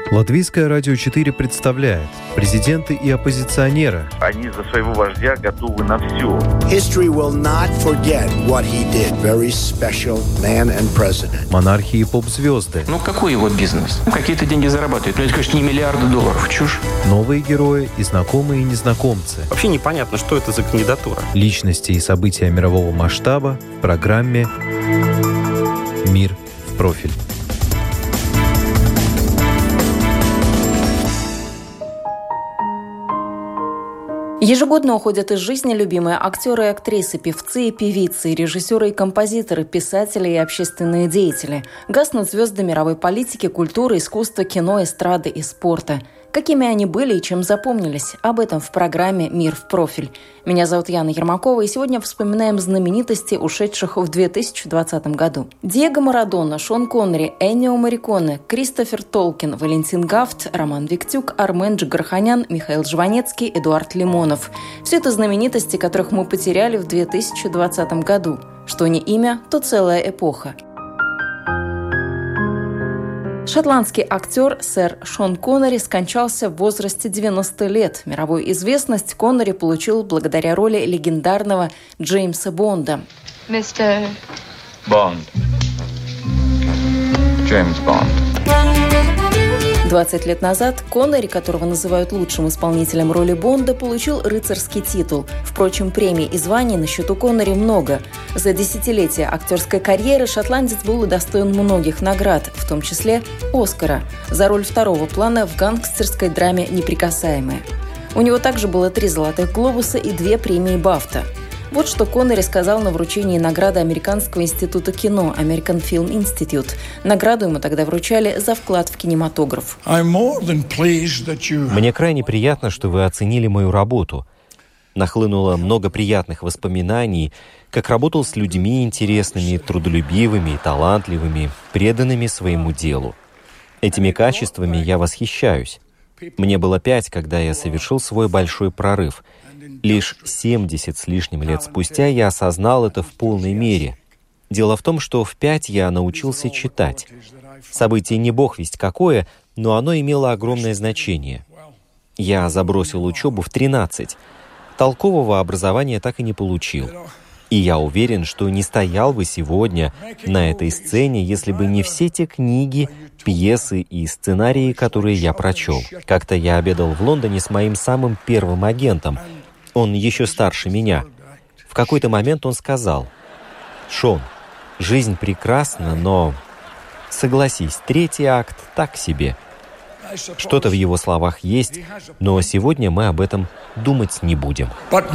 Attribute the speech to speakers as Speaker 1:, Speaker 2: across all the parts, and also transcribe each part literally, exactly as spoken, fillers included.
Speaker 1: Латвийское радио четыре представляет президенты и оппозиционеры.
Speaker 2: Они за своего вождя готовы на все.
Speaker 3: History will not forget what he did. Very special man and president.
Speaker 1: Монархи и поп-звезды.
Speaker 4: Ну какой его бизнес? Какие-то деньги зарабатывают. Ну это, конечно, не миллиарды долларов. Чушь.
Speaker 1: Новые герои и знакомые и незнакомцы.
Speaker 5: Вообще непонятно, что это за кандидатура.
Speaker 1: Личности и события мирового масштаба в программе «Мир в профиль».
Speaker 6: Ежегодно уходят из жизни любимые актеры и актрисы, певцы и певицы, режиссеры и композиторы, писатели и общественные деятели. Гаснут звезды мировой политики, культуры, искусства, кино, эстрады и спорта. Какими они были и чем запомнились? Об этом в программе «Мир в профиль». Меня зовут Яна Ермакова, и сегодня вспоминаем знаменитости, ушедших в две тысячи двадцатом году. Диего Марадона, Шон Коннери, Эннио Морриконе, Кристофер Толкин, Валентин Гафт, Роман Виктюк, Армен Джигарханян, Михаил Жванецкий, Эдуард Лимонов. Все это знаменитости, которых мы потеряли в две тысячи двадцатом году. Что не имя, то целая эпоха. Шотландский актер сэр Шон Коннери скончался в возрасте девяноста лет. Мировую известность Коннери получил благодаря роли легендарного Джеймса Бонда.
Speaker 7: Мистер
Speaker 8: Бонд. Джеймс Бонд.
Speaker 6: двадцать лет назад Коннери, которого называют лучшим исполнителем роли Бонда, получил рыцарский титул. Впрочем, премий и званий на счету Коннери много. За десятилетие актерской карьеры шотландец был удостоен многих наград, в том числе «Оскара», за роль второго плана в гангстерской драме «Неприкасаемые». У него также было три «Золотых глобуса» и две премии «Бафта». Вот что Коннери сказал на вручении награды Американского института кино American Film Institute. Награду ему тогда вручали за вклад в кинематограф.
Speaker 9: Мне крайне приятно, что вы оценили мою работу. Нахлынуло много приятных воспоминаний, как работал с людьми интересными, трудолюбивыми, талантливыми, преданными своему делу. Этими качествами я восхищаюсь. Мне было пять, когда я совершил свой большой прорыв. Лишь семьдесят с лишним лет спустя я осознал это в полной мере. Дело в том, что в пять я научился читать. Событие не бог весть какое, но оно имело огромное значение. Я забросил учебу в тринадцать. Толкового образования так и не получил. И я уверен, что не стоял бы сегодня на этой сцене, если бы не все те книги, пьесы и сценарии, которые я прочел. Как-то я обедал в Лондоне с моим самым первым агентом. Он еще старше меня. В какой-то момент он сказал: «Шон, жизнь прекрасна, но, согласись, третий акт так себе». Что-то в его словах есть, но сегодня мы об этом думать не будем.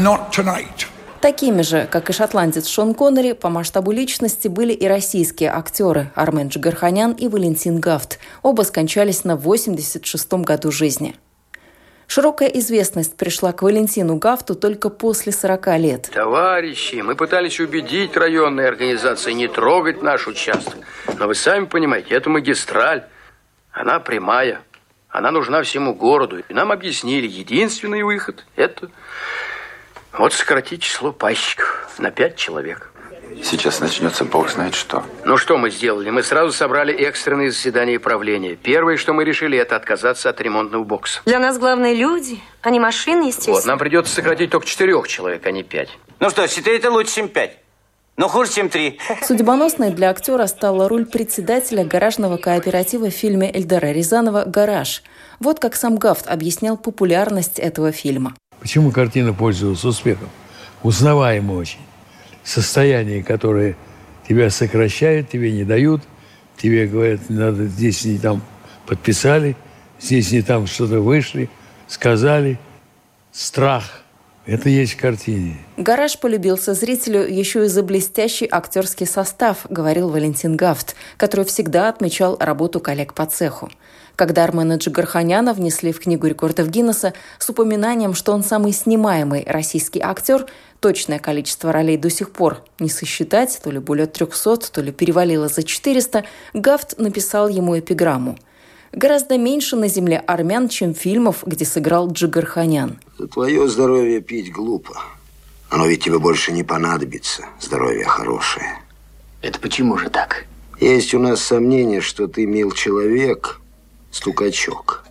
Speaker 6: Такими же, как и шотландец Шон Коннери, по масштабу личности были и российские актеры Армен Джигарханян и Валентин Гафт. Оба скончались на восемьдесят шестом году жизни. Широкая известность пришла к Валентину Гафту только после сорока лет.
Speaker 10: Товарищи, мы пытались убедить районные организации не трогать наш участок. Но вы сами понимаете, это магистраль. Она прямая. Она нужна всему городу. И нам объяснили, единственный выход – это вот сократить число пайщиков на пять человек.
Speaker 8: Сейчас начнется бог знает что.
Speaker 10: Ну что мы сделали? Мы сразу собрали экстренные заседания правления. Первое, что мы решили, это отказаться от ремонтного бокса.
Speaker 7: Для нас главные люди, а не машины, естественно.
Speaker 10: Вот, нам придется сократить только четырех человек, а не пять.
Speaker 11: Ну что, четыре это лучше, чем пять. Но хуже, чем три.
Speaker 6: Судьбоносной для актера стала роль председателя гаражного кооператива в фильме Эльдара Рязанова «Гараж». Вот как сам Гафт объяснял популярность этого фильма.
Speaker 12: Почему картина пользовалась успехом? Узнаваемо очень. Состояние, которое тебя сокращает, тебе не дают, тебе говорят, надо здесь не там подписали, здесь не там что-то вышли, сказали. Страх. Это есть в картине.
Speaker 6: «Гараж» полюбился зрителю еще и за блестящий актерский состав, говорил Валентин Гафт, который всегда отмечал работу коллег по цеху. Когда Армена Джигарханяна внесли в Книгу рекордов Гиннесса с упоминанием, что он самый снимаемый российский актер, точное количество ролей до сих пор не сосчитать, то ли более трехсот, то ли перевалило за четыреста, Гафт написал ему эпиграмму. Гораздо меньше на земле армян, чем фильмов, где сыграл Джигарханян.
Speaker 3: За твое здоровье пить глупо. Оно ведь тебе больше не понадобится. Здоровье хорошее.
Speaker 10: Это почему же так?
Speaker 3: Есть у нас сомнение, что ты, мил человек, стукачок.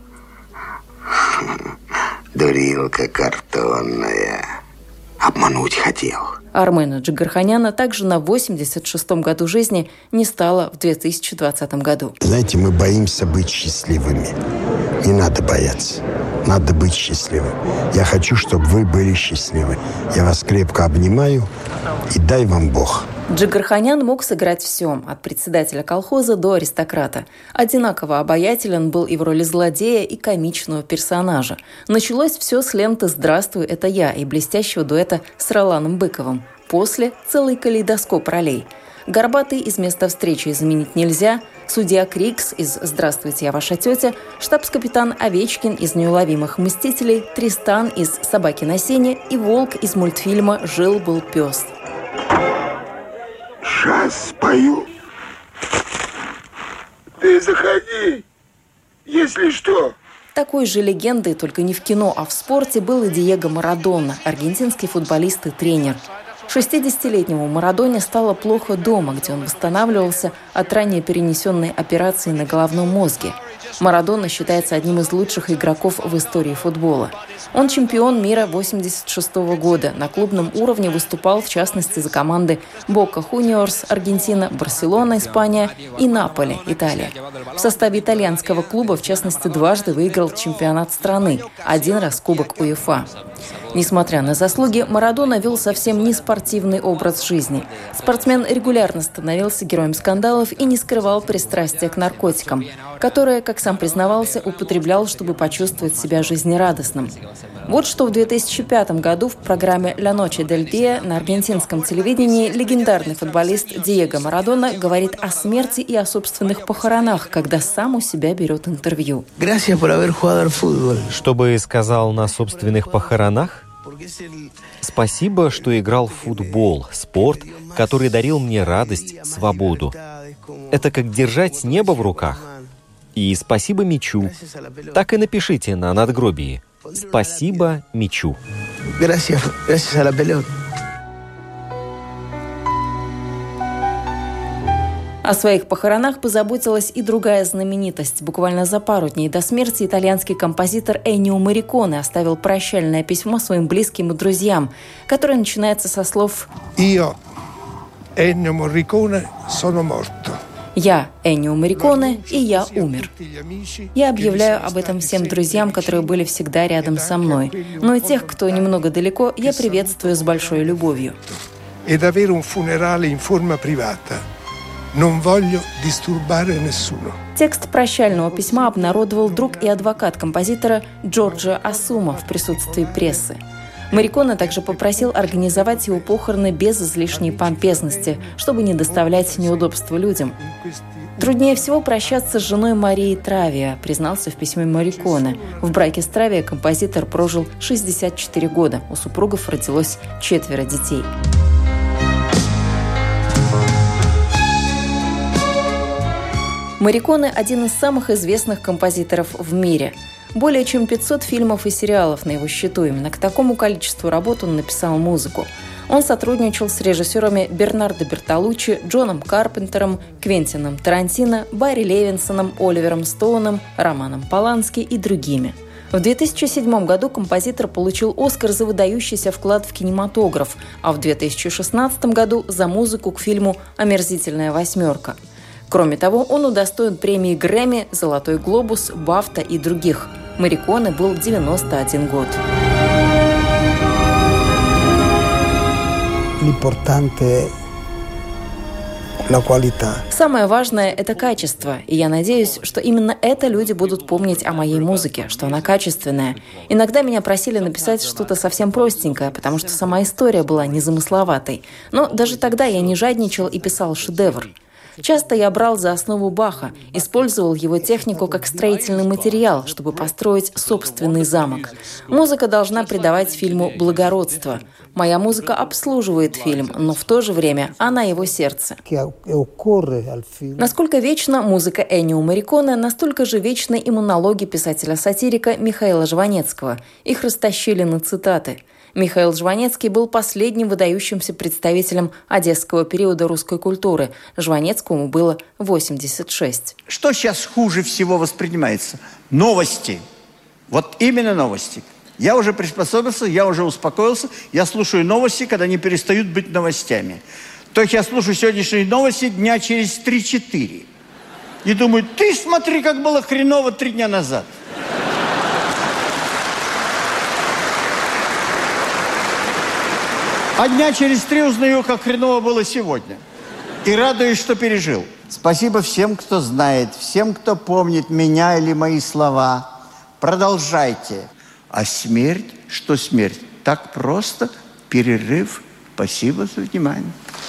Speaker 3: Дурилка картонная. Обмануть хотел.
Speaker 6: Армена Джигарханяна также на восемьдесят шестом году жизни не стало в две тысячи двадцатом году.
Speaker 13: Знаете, мы боимся быть счастливыми. Не надо бояться. Надо быть счастливым. Я хочу, чтобы вы были счастливы. Я вас крепко обнимаю и дай вам Бог.
Speaker 6: Джигарханян мог сыграть все, от председателя колхоза до аристократа. Одинаково обаятелен был и в роли злодея, и комичного персонажа. Началось все с ленты «Здравствуй, это я» и блестящего дуэта с Роланом Быковым. После – целый калейдоскоп ролей. Горбатый из «Места встречи» заменить нельзя, судья Крикс из «Здравствуйте, я ваша тетя», штабс-капитан Овечкин из «Неуловимых мстителей», Тристан из «Собаки на сене» и Волк из мультфильма «Жил-был пес».
Speaker 14: Сейчас спою. Ты заходи, если что.
Speaker 6: Такой же легендой, только не в кино, а в спорте, был и Диего Марадона, аргентинский футболист и тренер. шестидесятилетнему Марадоне стало плохо дома, где он восстанавливался от ранее перенесенной операции на головном мозге. Марадона считается одним из лучших игроков в истории футбола. Он чемпион мира восемьдесят шестого года. На клубном уровне выступал, в частности, за команды Бока Хуниорс, Аргентина, Барселона, Испания и Наполи, Италия. В составе итальянского клуба, в частности, дважды выиграл чемпионат страны, один раз Кубок УЕФА. Несмотря на заслуги, Марадона вел совсем не спортивный образ жизни. Спортсмен регулярно становился героем скандалов и не скрывал пристрастия к наркотикам, которые, как сам признавался, употреблял, чтобы почувствовать себя жизнерадостным. Вот что в две тысячи пятом году в программе «Ля Ноче дель Диа» на аргентинском телевидении легендарный футболист Диего Марадона говорит о смерти и о собственных похоронах, когда сам у себя берет интервью.
Speaker 9: Что бы сказал на собственных похоронах? Спасибо, что играл в футбол, спорт, который дарил мне радость, свободу. Это как держать небо в руках. И спасибо мячу. Так и напишите на надгробии. Спасибо мячу.
Speaker 6: О своих похоронах позаботилась и другая знаменитость. Буквально за пару дней до смерти итальянский композитор Эннио Морриконе оставил прощальное письмо своим близким и друзьям, которое начинается со слов «Io, Ennio Morricone, sono morto». «Я, Эннио Морриконе, и я умер. Я объявляю об этом всем друзьям, которые были всегда рядом со мной. Но и тех, кто немного далеко, я приветствую с большой любовью».
Speaker 14: Non voglio disturbare nessuno.
Speaker 6: Текст прощального письма обнародовал друг и адвокат композитора Джорджио Ассума в присутствии прессы. Морриконе также попросил организовать его похороны без излишней помпезности, чтобы не доставлять неудобства людям. Труднее всего прощаться с женой Марией Травия, признался в письме Морриконе. В браке с Травия композитор прожил шестьдесят четыре года. У супругов родилось четверо детей. Морриконе – один из самых известных композиторов в мире. Более чем пятьсот фильмов и сериалов на его счету. Именно к такому количеству работ он написал музыку. Он сотрудничал с режиссерами Бернардо Бертолуччи, Джоном Карпентером, Квентином Тарантино, Барри Левинсоном, Оливером Стоуном, Романом Полански и другими. В две тысячи седьмом году композитор получил «Оскар» за выдающийся вклад в кинематограф, а в две тысячи шестнадцатом году за музыку к фильму «Омерзительная восьмерка». Кроме того, он удостоен премии Грэмми, Золотой глобус, Бафта и других. Морриконе был девяносто один год. Самое важное – это качество, и я надеюсь, что именно это люди будут помнить о моей музыке, что она качественная. Иногда меня просили написать что-то совсем простенькое, потому что сама история была незамысловатой. Но даже тогда я не жадничал и писал шедевр. Часто я брал за основу Баха, использовал его технику как строительный материал, чтобы построить собственный замок. Музыка должна придавать фильму благородство. Моя музыка обслуживает фильм, но в то же время она его сердце. Насколько вечна музыка Эннио Морриконе, настолько же вечны и монологи писателя-сатирика Михаила Жванецкого. Их растащили на цитаты. Михаил Жванецкий был последним выдающимся представителем одесского периода русской культуры. Жванецкому было восемьдесят шесть.
Speaker 15: Что сейчас хуже всего воспринимается? Новости. Вот именно новости. Я уже приспособился, я уже успокоился. Я слушаю новости, когда они перестают быть новостями. То есть я слушаю сегодняшние новости дня через три-четыре. И думаю, ты смотри, как было хреново три дня назад. А дня через три узнаю, как хреново было сегодня. И радуюсь, что пережил. Спасибо всем, кто знает, всем, кто помнит меня или мои слова. Продолжайте. А смерть? Что смерть? Так просто. Перерыв. Спасибо за внимание.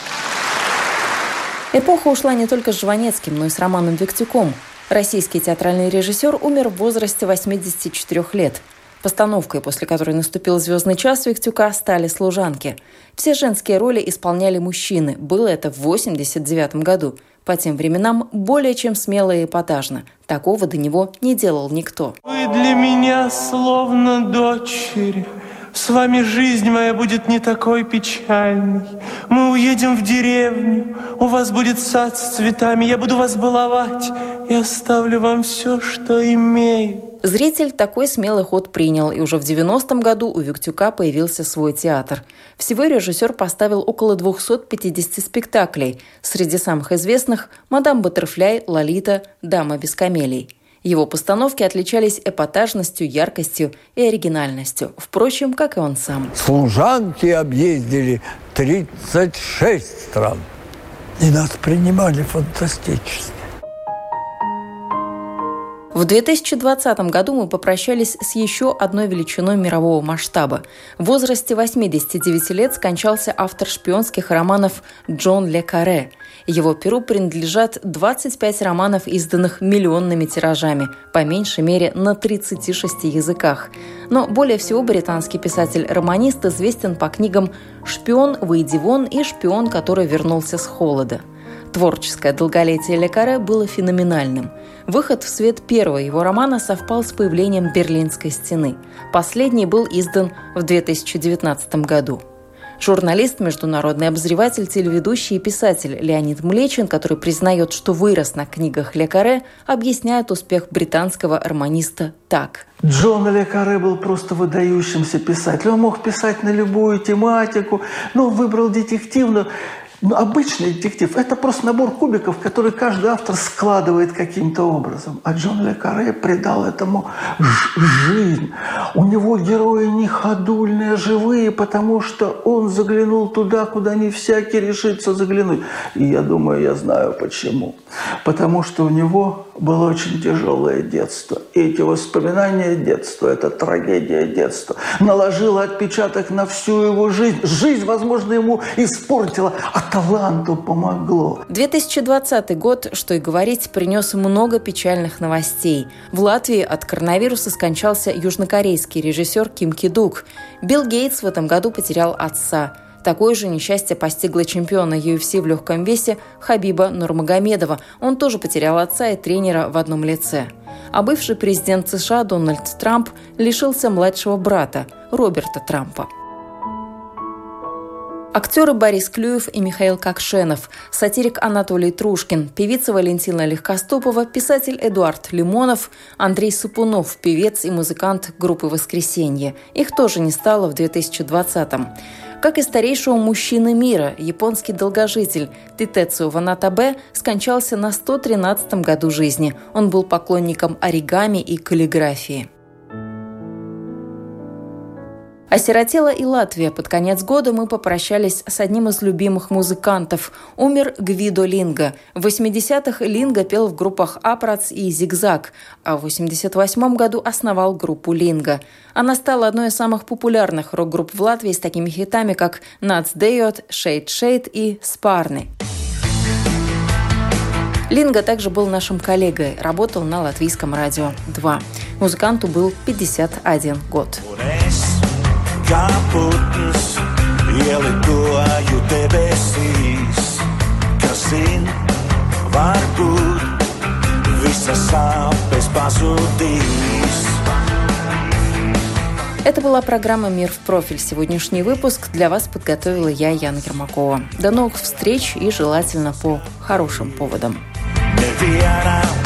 Speaker 6: Эпоха ушла не только с Жванецким, но и с Романом Виктюком. Российский театральный режиссер умер в возрасте восьмидесяти четырёх лет. Постановкой, после которой наступил звездный час Виктюка, стали «Служанки». Все женские роли исполняли мужчины. Было это в восемьдесят девятом году. По тем временам более чем смело и эпатажно. Такого до него не делал никто.
Speaker 16: Вы для меня словно дочери. С вами жизнь моя будет не такой печальной. Мы уедем в деревню, у вас будет сад с цветами, я буду вас баловать и оставлю вам все, что имею.
Speaker 6: Зритель такой смелый ход принял, и уже в девяностом году у Виктюка появился свой театр. Всего режиссер поставил около двухсот пятидесяти спектаклей. Среди самых известных «Мадам Баттерфляй», «Лолита», «Дама без камелий». Его постановки отличались эпатажностью, яркостью и оригинальностью. Впрочем, как и он сам.
Speaker 17: «Служанки» объездили тридцать шесть стран. И нас принимали фантастически.
Speaker 6: В две тысячи двадцатом году мы попрощались с еще одной величиной мирового масштаба. В возрасте восьмидесяти девяти лет скончался автор шпионских романов Джон ле Карре. Его перу принадлежат двадцать пять романов, изданных миллионными тиражами, по меньшей мере на тридцати шести языках. Но более всего британский писатель-романист известен по книгам «Шпион, выйди вон» и «Шпион, который вернулся с холода». Творческое долголетие ле Карре было феноменальным. Выход в свет первого его романа совпал с появлением Берлинской стены. Последний был издан в две тысячи девятнадцатом году. Журналист, международный обозреватель, телеведущий и писатель Леонид Млечин, который признает, что вырос на книгах ле Карре, объясняет успех британского романиста так.
Speaker 16: Джон ле Карре был просто выдающимся писателем. Он мог писать на любую тематику, но он выбрал детективную. Но обычный детектив – это просто набор кубиков, которые каждый автор складывает каким-то образом. А Джон ле Карре придал этому жизнь. У него герои не ходульные, а живые, потому что он заглянул туда, куда не всякий решится заглянуть. И я думаю, я знаю почему. Потому что у него было очень тяжелое детство. И эти воспоминания детства, это трагедия детства, наложила отпечаток на всю его жизнь. Жизнь, возможно, ему испортила, а таланту помогло.
Speaker 6: две тысячи двадцатый год, что и говорить, принес много печальных новостей. В Латвии от коронавируса скончался южнокорейский режиссер Ким Ки Дук. Билл Гейтс в этом году потерял отца. Такое же несчастье постигло чемпиона ю эф си в легком весе Хабиба Нурмагомедова. Он тоже потерял отца и тренера в одном лице. А бывший президент США Дональд Трамп лишился младшего брата Роберта Трампа. Актеры Борис Клюев и Михаил Кокшенов, сатирик Анатолий Трушкин, певица Валентина Легкоступова, писатель Эдуард Лимонов, Андрей Сапунов, певец и музыкант группы «Воскресенье». Их тоже не стало в две тысячи двадцатом. Как и старейшего мужчины мира, японский долгожитель Титэцу Ванатабе скончался на сто тринадцатом году жизни. Он был поклонником оригами и каллиграфии. Осиротела и Латвия. Под конец года мы попрощались с одним из любимых музыкантов. Умер Гвидо Линга. В восьмидесятых Линга пел в группах «Апрац» и «Зигзаг», а в восемьдесят восьмом году основал группу «Линга». Она стала одной из самых популярных рок-групп в Латвии с такими хитами, как «Nāc dejot», «Šeit šeit» и «Spārni». Линга также был нашим коллегой, работал на Латвийском радио два. Музыканту был пятьдесят один год.
Speaker 18: Kā putns ielidoju debesīs, kas zin, varbūt visas sāpes pazudīs.
Speaker 6: Это была программа «Мир в профиль». Сегодняшний выпуск для вас подготовила я, Яна Ермакова. До новых встреч и желательно по хорошим поводам.
Speaker 18: Me viedrá